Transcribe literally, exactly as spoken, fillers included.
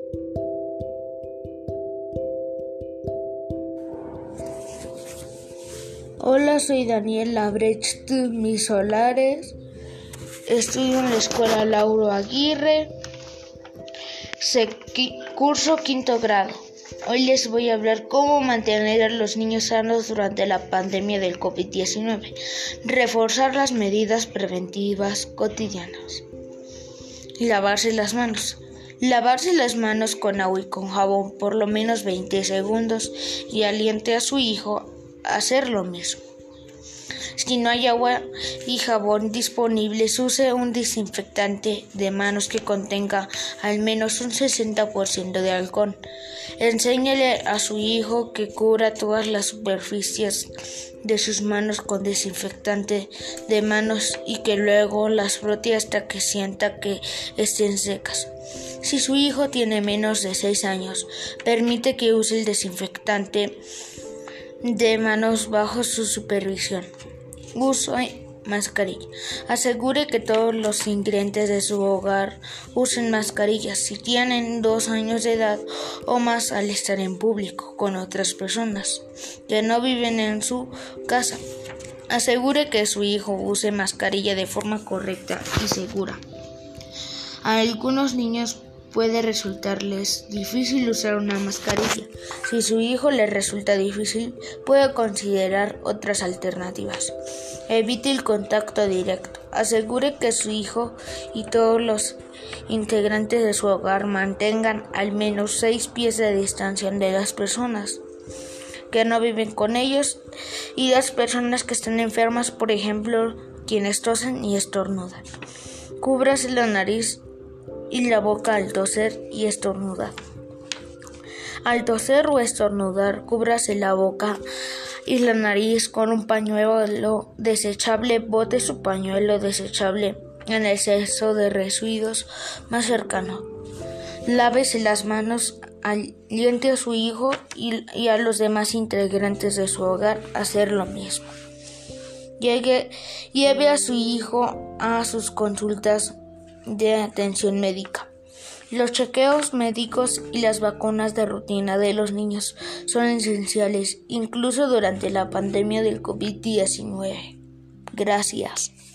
Hola, soy Daniel Labrecht Misolares, estudio en la Escuela Lauro Aguirre, curso quinto grado. Hoy les voy a hablar cómo mantener a los niños sanos durante la pandemia del COVID diecinueve, reforzar las medidas preventivas cotidianas. Lavarse las manos. Lavarse las manos con agua y con jabón por lo menos veinte segundos y aliente a su hijo a hacer lo mismo. Si no hay agua y jabón disponibles, use un desinfectante de manos que contenga al menos un sesenta por ciento de alcohol. Enséñale a su hijo que cubra todas las superficies de sus manos con desinfectante de manos y que luego las frote hasta que sienta que estén secas. Si su hijo tiene menos de seis años, permite que use el desinfectante de manos bajo su supervisión. Uso mascarilla. Asegure que todos los integrantes de su hogar usen mascarillas si tienen dos años de edad o más al estar en público con otras personas que no viven en su casa. Asegure que su hijo use mascarilla de forma correcta y segura. A algunos niños puede resultarles difícil usar una mascarilla. Si su hijo le resulta difícil, puede considerar otras alternativas. Evite el contacto directo. Asegure que su hijo y todos los integrantes de su hogar mantengan al menos seis pies de distancia de las personas que no viven con ellos y las personas que están enfermas, por ejemplo, quienes tosen y estornudan. Cúbrase la nariz y la boca al toser y estornudar. Al toser o estornudar, cúbrase la boca y la nariz con un pañuelo desechable. Bote su pañuelo desechable en el cesto de residuos más cercano. Lávese las manos, aliente a su hijo y, y a los demás integrantes de su hogar a hacer lo mismo. Llegue, lleve a su hijo a sus consultas de atención médica. Los chequeos médicos y las vacunas de rutina de los niños son esenciales, incluso durante la pandemia del COVID diecinueve. Gracias.